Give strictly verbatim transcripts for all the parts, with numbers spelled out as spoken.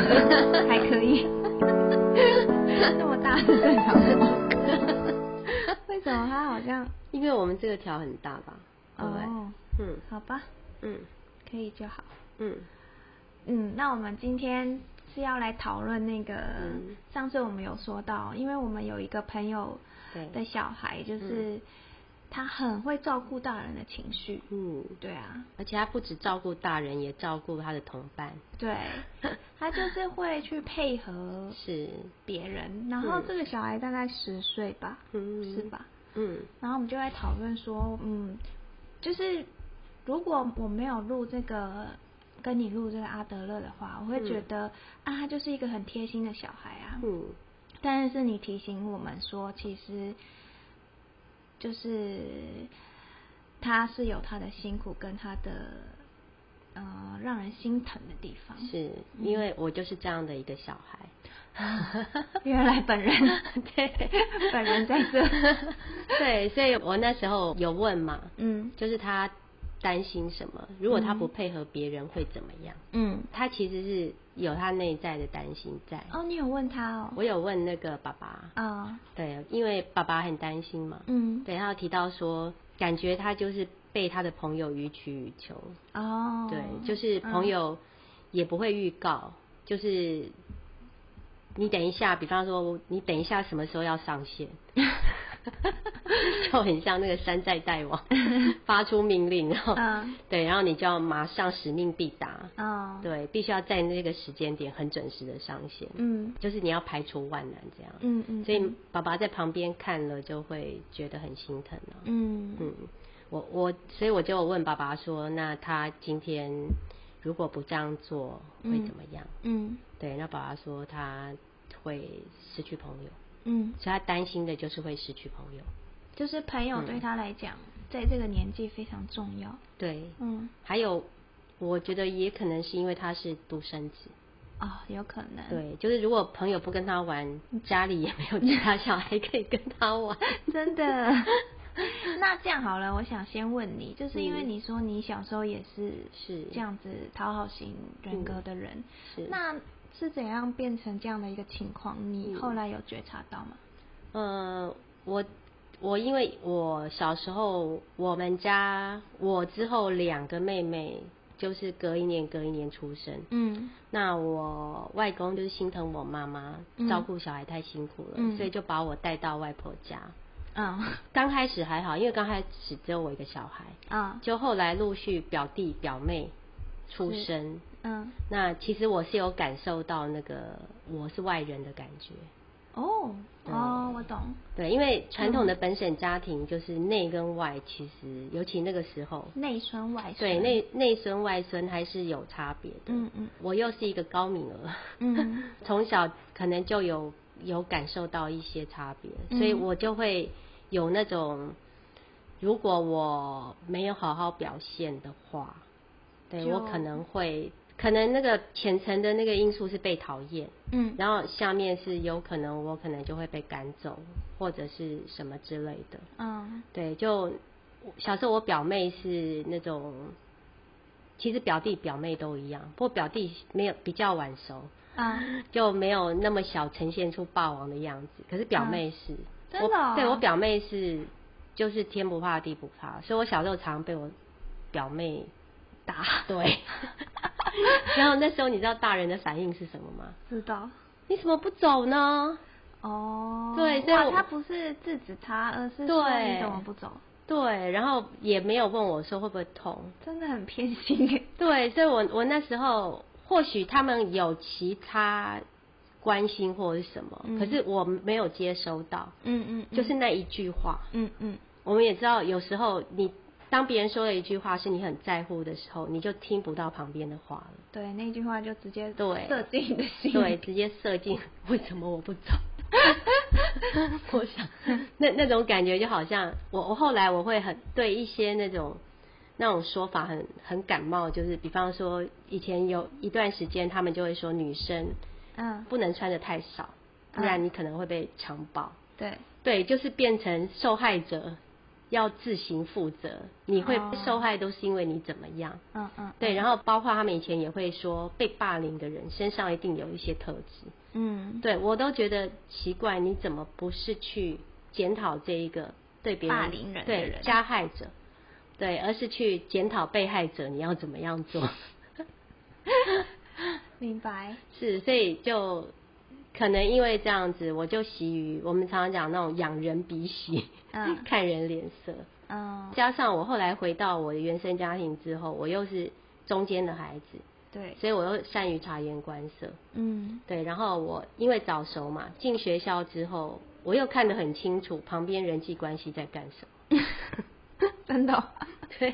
还可以。那么大是正常的主歌。为什么他好像？ 因为我们这个条很大吧？ 哦， 嗯， 好吧， 嗯， 可以就好。 嗯嗯，那我们今天是要来讨论那个、 嗯， 上次我们有说到，因为我们有一个朋友的小孩，就是他很会照顾大人的情绪。嗯，对啊， 而且他不只照顾大人，也照顾他的同伴。 对，他就是会去配合是别人。然后这个小孩大概十岁吧，嗯，是吧？嗯，然后我们就在讨论说，嗯，就是如果我没有录这个。跟你录这个阿德勒的话，我会觉得、嗯、啊，他就是一个很贴心的小孩啊。嗯。但是你提醒我们说，其实就是他是有他的辛苦跟他的呃让人心疼的地方。 是因为我就是这样的一个小孩。 原来本人对， 本人在这。 对，所以我那时候有问嘛，嗯，就是他。担心什么？如果他不配合别人会怎么样？嗯，他其实是有他内在的担心在。 哦，你有问他哦？ 我有问那个爸爸啊、哦，对，因为爸爸很担心嘛。嗯，对，他有提到说，感觉他就是被他的朋友予取予求。哦，对，就是朋友也不会预告，嗯、就是你等一下，比方说你等一下什么时候要上线。就很像那个山寨大王发出命令，然后、嗯、对，然后你就要马上使命必达，哦、对，必须要在那个时间点很准时的上线，嗯，就是你要排除万难这样，嗯嗯，所以爸爸在旁边看了就会觉得很心疼啊，嗯嗯，我我所以我就问爸爸说，那他今天如果不这样做会怎么样？嗯，嗯对，那爸爸说他会失去朋友。嗯，所以他担心的就是会失去朋友， 就是朋友对他来讲、嗯，在这个年纪非常重要。 对，嗯，还有，我觉得也可能是因为他是独生子。 哦，有可能。 对，就是如果朋友不跟他玩，家里也没有其他小孩可以跟他玩。 真的。那这样好了，我想先问你，就是因为你说你小时候也是是这样子讨好型人格的人，嗯、是那。是怎样变成这样的一个情况？你后来有觉察到吗？ 嗯、呃，我我因为我小时候，我们家我之后两个妹妹就是隔一年隔一年出生，嗯，那我外公就是心疼我妈妈、嗯、照顾小孩太辛苦了、嗯，所以就把我带到外婆家。嗯，刚开始还好，因为刚开始只有我一个小孩，嗯，就后来陆续表弟表妹出生。嗯，那其实我是有感受到那个我是外人的感觉。 哦，哦，我懂。 对，因为传统的本省家庭就是内跟外，其实尤其那个时候， 内孙外孙， 对，内内孙外孙还是有差别的。嗯嗯，我又是一个高敏儿，嗯，从小可能就有有感受到一些差别、嗯，所以我就会有那种，如果我没有好好表现的话，对我可能会。可能那个浅层的那个因素是被讨厌，嗯，然后下面是有可能我可能就会被赶走或者是什么之类的，嗯，对，就小时候我表妹是那种，其实表弟表妹都一样，不过表弟没有比较晚熟，啊、嗯，就没有那么小呈现出霸王的样子，可是表妹是，嗯、 真的、哦， 我对我表妹是就是天不怕地不怕，所以我小时候常被我表妹打，对。然后那时候你知道大人的反应是什么吗？ 知道。 你怎么不走呢？ 哦， 对，所以我他不是制止他，而是说你怎么不走？ 对，然后也没有问我说会不会痛， 真的很偏心。 对，所以我我那时候或许他们有其他关心或者是什么、嗯，可是我没有接收到。嗯 嗯, 嗯，就是那一句话。嗯嗯，我们也知道有时候你。当别人说了一句话是你很在乎的时候，你就听不到旁边的话了。 对，那句话就直接射进你的心。 对，直接射进。为什么我不走？我想，那那种感觉就好像我我后来我会很对一些那种那种说法很很感冒，就是比方说以前有一段时间他们就会说女生嗯不能穿得太少，不然你可能会被强暴。 对对， 就是变成受害者。 要自行负责，你会受害都是因为你怎么样。 嗯嗯， 对，然后包括他们以前也会说，被霸凌的人身上一定有一些特质。 嗯， 对我都觉得奇怪，你怎么不是去检讨这一个对别人霸凌人的人对加害者，对，而是去检讨被害者你要怎么样做。 明白。 是，所以就可能因为这样子，我就习于我们常常讲那种仰人鼻息，嗯，看人脸色。嗯，加上我后来回到我的原生家庭之后，我又是中间的孩子， 对， 所以我又善于察言观色。 嗯， 对，然后我因为早熟嘛，进学校之后，我又看得很清楚旁边人际关系在干什么。 真的、哦？ 对。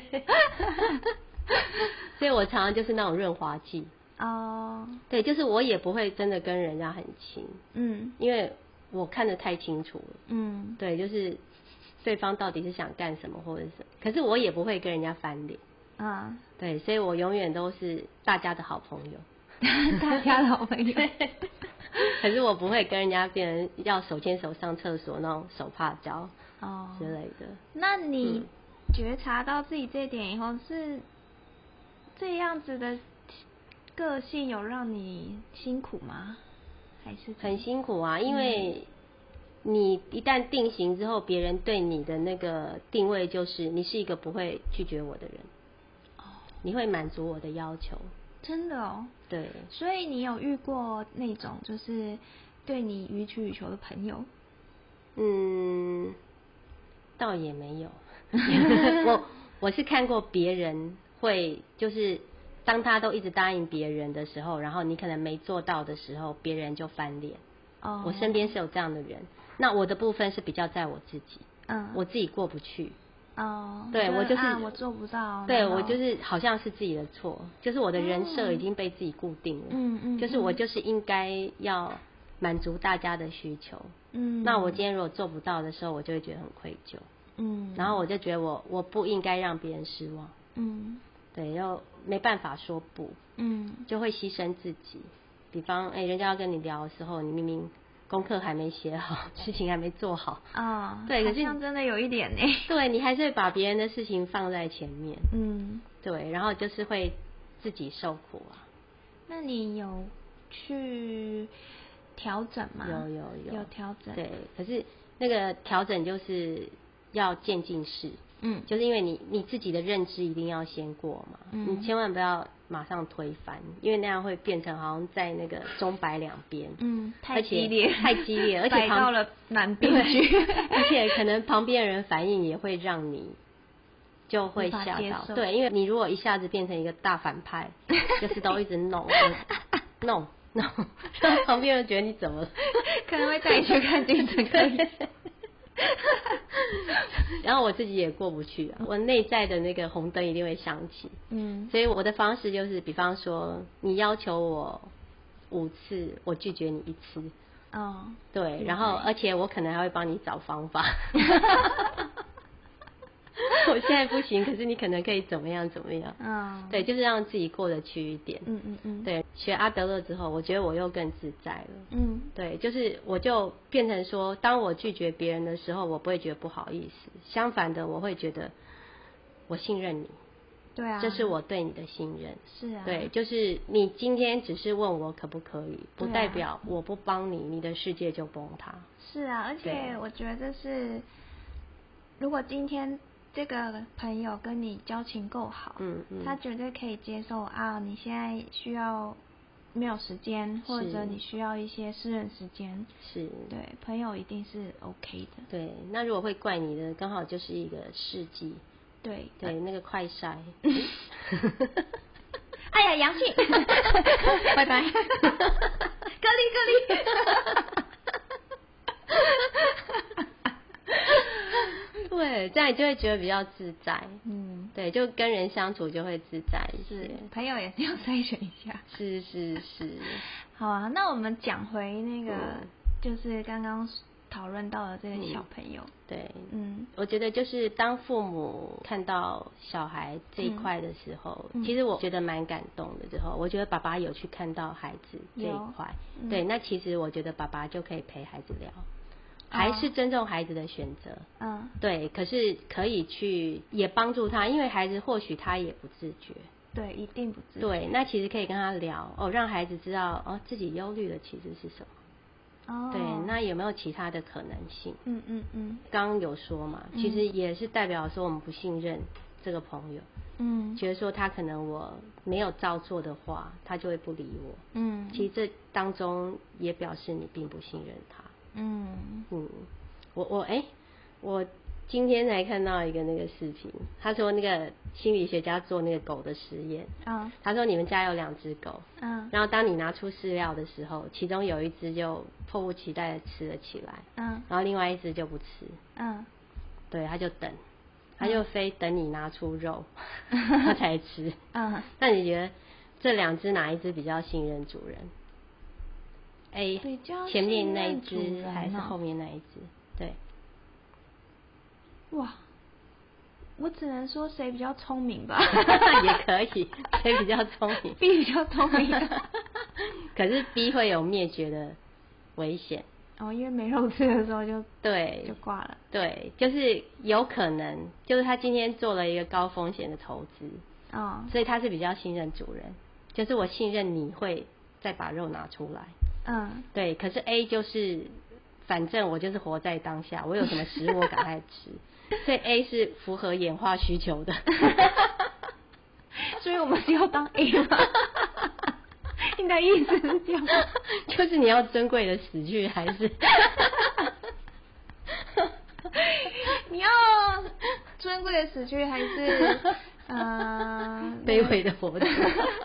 所以我常常就是那种润滑剂。 哦， 对，就是我也不会真的跟人家很亲，嗯，因为我看得太清楚了，嗯，对，就是对方到底是想干什么或者是，可是我也不会跟人家翻脸，啊，对，所以我永远都是大家的好朋友， 大家的好朋友， 可是我不会跟人家变成要手牵手上厕所那种手帕交哦之类的。 那你觉察到自己这一点以后，是这样子的个性有让你辛苦吗？还是很辛苦啊，因为你一旦定型之后，别人对你的那个定位就是你是一个不会拒绝我的人，哦，你会满足我的要求。 真的哦？对。所以你有遇过那种就是对你予取予求的朋友？ 嗯，倒也没有。我我是看过别人会就是。当他都一直答应别人的时候，然后你可能没做到的时候，别人就翻脸。哦，我身边是有这样的人。那我的部分是比较在我自己，嗯，我自己过不去。哦，对我就是、 啊、我做不到。 对我就是好像是自己的错，就是我的人设已经被自己固定了。嗯嗯，就是我就是应该要满足大家的需求。嗯，那我今天如果做不到的时候，我就会觉得很愧疚。嗯，然后我就觉得我我不应该让别人失望。嗯。对，又没办法说不，嗯，就会牺牲自己。比方，哎、欸，人家要跟你聊的时候，你明明功课还没写好，事情还没做好，啊、 哦，对，好像真的有一点呢。 对，你还是会把别人的事情放在前面，嗯，对，然后就是会自己受苦啊。 那你有去调整吗？ 有有有， 有调整。 对，可是那个调整就是要渐进式。嗯，就是因为你你自己的认知一定要先过嘛，嗯，你千万不要马上推翻，因为那样会变成好像在那个钟摆两边，嗯， 太激烈， 太激烈，而且摆到了南边去， 而且可能旁边人反应也会让你就会吓到，对，因为你如果一下子变成一个大反派，就是都一直弄弄弄，让旁边人觉得你怎么了， 可能会带你去看精神科医生。 然后我自己也过不去啊，我内在的那个红灯一定会响起，嗯，所以我的方式就是，比方说你要求我五次，我拒绝你一次，哦，对，然后而且我可能还会帮你找方法。我现在不行，可是你可能可以怎么样怎么样，嗯，对，就是让自己过得去一点，嗯嗯嗯，对，学阿德勒之后，我觉得我又更自在了，嗯，对，就是我就变成说，当我拒绝别人的时候，我不会觉得不好意思，相反的，我会觉得我信任你， 对啊， 这是我对你的信任， 是啊， 对，就是你今天只是问我可不可以，不代表我不帮你，你的世界就崩塌， 是啊，而且我觉得是，如果今天这个朋友跟你交情够好，嗯嗯，他绝对可以接受啊，你现在需要没有时间，或者你需要一些私人时间，是，对，朋友一定是 OK 的。 对，那如果会怪你的，刚好就是一个事迹， 对对，那个快筛。 哎呀，阳性，拜拜，隔离隔离。 对，这样你就会觉得比较自在，嗯，对，就跟人相处就会自在一些。 朋友也是要筛选一下。 是是是。 好啊，那我们讲回那个，嗯、就是刚刚讨论到的这个小朋友。嗯、 对，嗯，我觉得就是当父母看到小孩这一块的时候，嗯、其实我觉得蛮感动的。之后，我觉得爸爸有去看到孩子这一块，嗯、对，那其实我觉得爸爸就可以陪孩子聊。 还是尊重孩子的选择。嗯，对，可是可以去也帮助他，因为孩子或许他也不自觉。 对，一定不自觉。 对，那其实可以跟他聊哦，让孩子知道哦自己忧虑的其实是什么。哦，对，那有没有其他的可能性？嗯嗯嗯。刚刚有说嘛，其实也是代表说我们不信任这个朋友。嗯，觉得说他可能我没有照做的话，他就会不理我。嗯，其实这当中也表示你并不信任他。嗯嗯，我我哎、欸，我今天才看到一个那个视频，他说那个心理学家做那个狗的实验。嗯，他说你们家有两只狗。嗯，然后当你拿出饲料的时候，其中有一只就迫不及待的吃了起来。嗯，然后另外一只就不吃。嗯，对，他就等。他就非等你拿出肉，他才吃。嗯，那你觉得这两只哪一只比较信任主人 ？A 前面那一只还是后面那一只？对。 哇，我只能说谁比较聪明吧。 也可以，谁比较聪明 ？B 比较聪明。 可是 B 会有灭绝的危险。 哦，因为没肉吃的时候就对就挂了。 对，就是有可能，就是他今天做了一个高风险的投资，哦，所以他是比较信任主人，就是我信任你会再把肉拿出来。嗯，对。可是 A 就是反正我就是活在当下，我有什么食物我赶快吃，所以 A 是符合演化需求的。 所以我们是要当 A 吗？你的意思是这样？ 就是你要尊贵的死去，还是你要尊贵的死去，还是呃卑微的活着？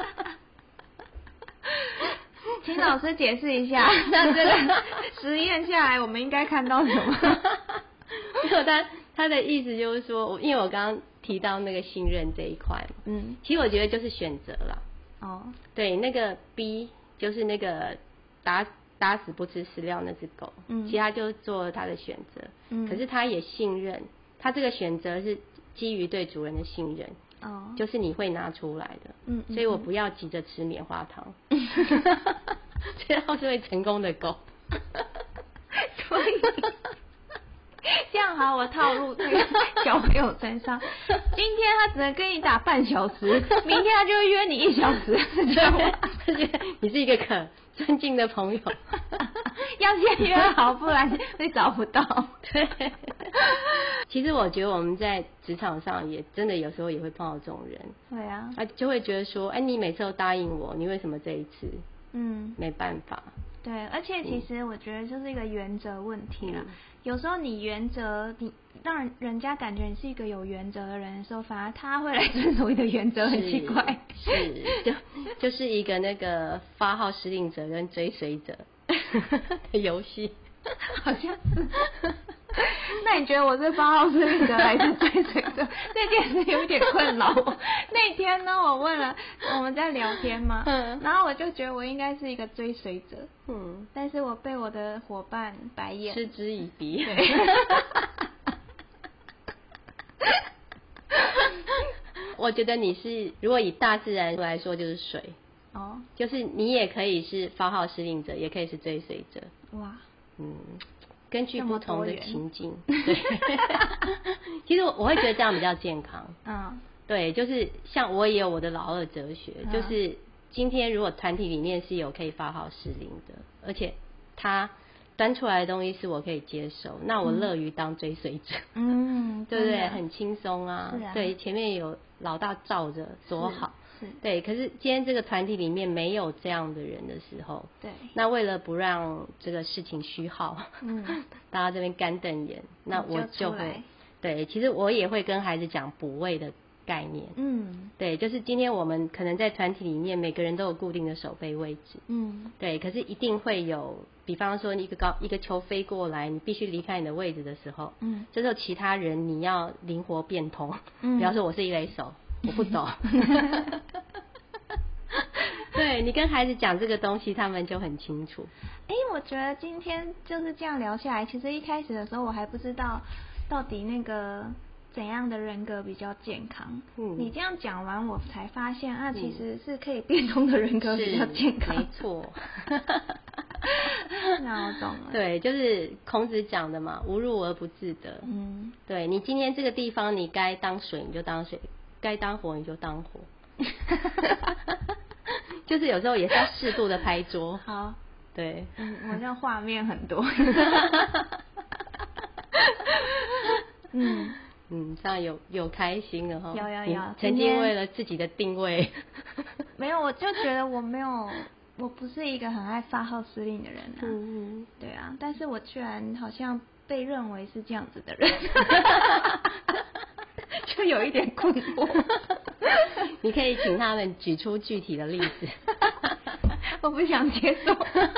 请老师解释一下，那这个实验下来，我们应该看到什么？ 没有，他他的意思就是说，因为我刚刚提到那个信任这一块嘛，嗯，其实我觉得就是选择啦。哦，对，那个 B 就是那个打打死不吃饲料那只狗，嗯，其实他就做了他的选择，嗯，可是他也信任，他这个选择是基于对主人的信任，哦，就是你会拿出来的，嗯，所以我不要急着吃棉花糖，这样是会成功的狗， 所以这样好，我套入这个小朋友身上。今天他只能跟你打半小时，明天他就会约你一小时，是这样吗？ 你是一个可尊敬的朋友， 要先约好，不然会找不到。 对，其实我觉得我们在职场上也真的有时候也会碰到这种人。 对啊， 他就会觉得说，哎，你每次都答应我，你为什么这一次？嗯，没办法。 对，而且其实我觉得就是一个原则问题啦。嗯，有时候你原则，你让人家感觉你是一个有原则的人的时候，反而他会来遵守你的原则，很奇怪。 是，就就是一个那个发号施令者跟追随者的游戏， 好像是。那你觉得我是发号施令者还是追随者？这件事有点困扰我。那天呢，我问了，我们在聊天嘛，嗯，然后我就觉得我应该是一个追随者，嗯，但是我被我的伙伴白眼， 嗤之以鼻。对。我觉得你是，如果以大自然来说，就是水，哦，就是你也可以是发号施令者，也可以是追随者。哇，嗯。根据不同的情境，对，其实我会觉得这样比较健康。嗯，对，就是像我也有我的老二哲学，嗯，就是今天如果团体里面是有可以发号施令的，而且他端出来的东西是我可以接受，那我乐于当追随者。嗯，对不对？很轻松啊。是啊。对，前面有老大罩着，多好。对，可是今天这个团体里面没有这样的人的时候，对，那为了不让这个事情虚耗，嗯，大家这边干瞪眼，那我就会，对，其实我也会跟孩子讲补位的概念，嗯，对，就是今天我们可能在团体里面每个人都有固定的守备位置，嗯，对，可是一定会有，比方说你一个高一个球飞过来，你必须离开你的位置的时候，嗯，这时候其他人你要灵活变通，嗯，比方说我是一垒手。我不懂。对，你跟孩子讲这个东西，他们就很清楚。 哎，我觉得今天就是这样聊下来，其实一开始的时候我还不知道到底那个怎样的人格比较健康。嗯，你这样讲完，我才发现啊，其实是可以变通的人格比较健康。 没错。 那我懂了。 对，就是孔子讲的嘛，无入而不自得。嗯，对你今天这个地方，你该当水你就当水，该当火你就当火。就是有时候也是要适度的拍桌。 好， 对， 嗯，我这画面很多。 嗯嗯，这样有有开心的哈。 有有有， 曾经为了自己的定位。 没有，我就觉得我没有，我不是一个很爱发号施令的人啊。嗯嗯。对啊，但是我居然好像被认为是这样子的人，就有一点困惑。 你可以请他们举出具体的例子。 我不想接受。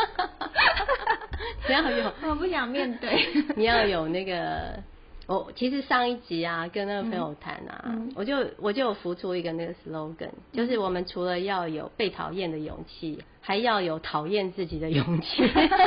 你要有， 我不想面对。 你要有那个，我其实上一集啊，跟那个朋友谈啊，嗯、我就我就有浮出一个那个 slogan，、嗯、就是我们除了要有被讨厌的勇气，还要有讨厌自己的勇气。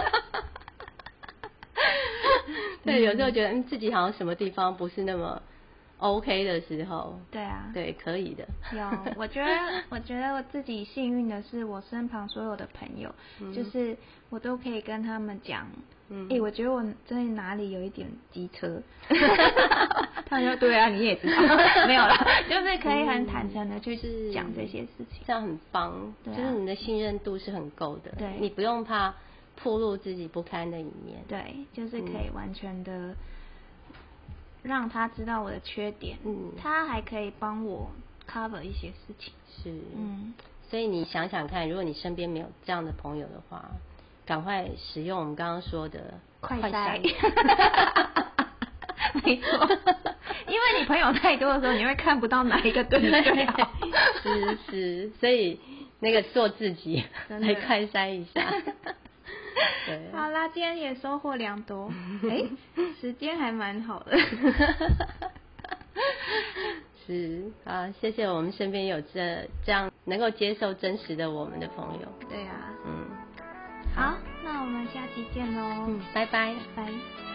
对，有时候觉得、嗯、自己好像什么地方不是那么 OK 的时候， 对啊， 对，可以的。 有，我觉得，我觉得我自己幸运的是，我身旁所有的朋友，嗯、就是我都可以跟他们讲，嗯，哎、欸，我觉得我真的哪里有一点机车，他们说对啊，你也知道，没有啦，就是可以很坦诚的去讲这些事情， 这样很棒，对、啊，就是你的信任度是很够的， 对， 你不用怕暴露自己不堪的一面， 对，就是可以完全的。让他知道我的缺点，嗯，他还可以帮我 cover 一些事情， 是，嗯，所以你想想看，如果你身边没有这样的朋友的话，赶快使用我们刚刚说的快筛，没错，因为你朋友太多的时候，你会看不到哪一个对你最好， 是是，所以那个做自己来快筛一下。 对，好啦，今天也收获良多，哎、欸，时间还蛮好的。 是啊，谢谢我们身边有这这样能够接受真实的我们的朋友。 对啊，嗯，好，那我们下期见喽。 嗯，拜拜， 拜拜。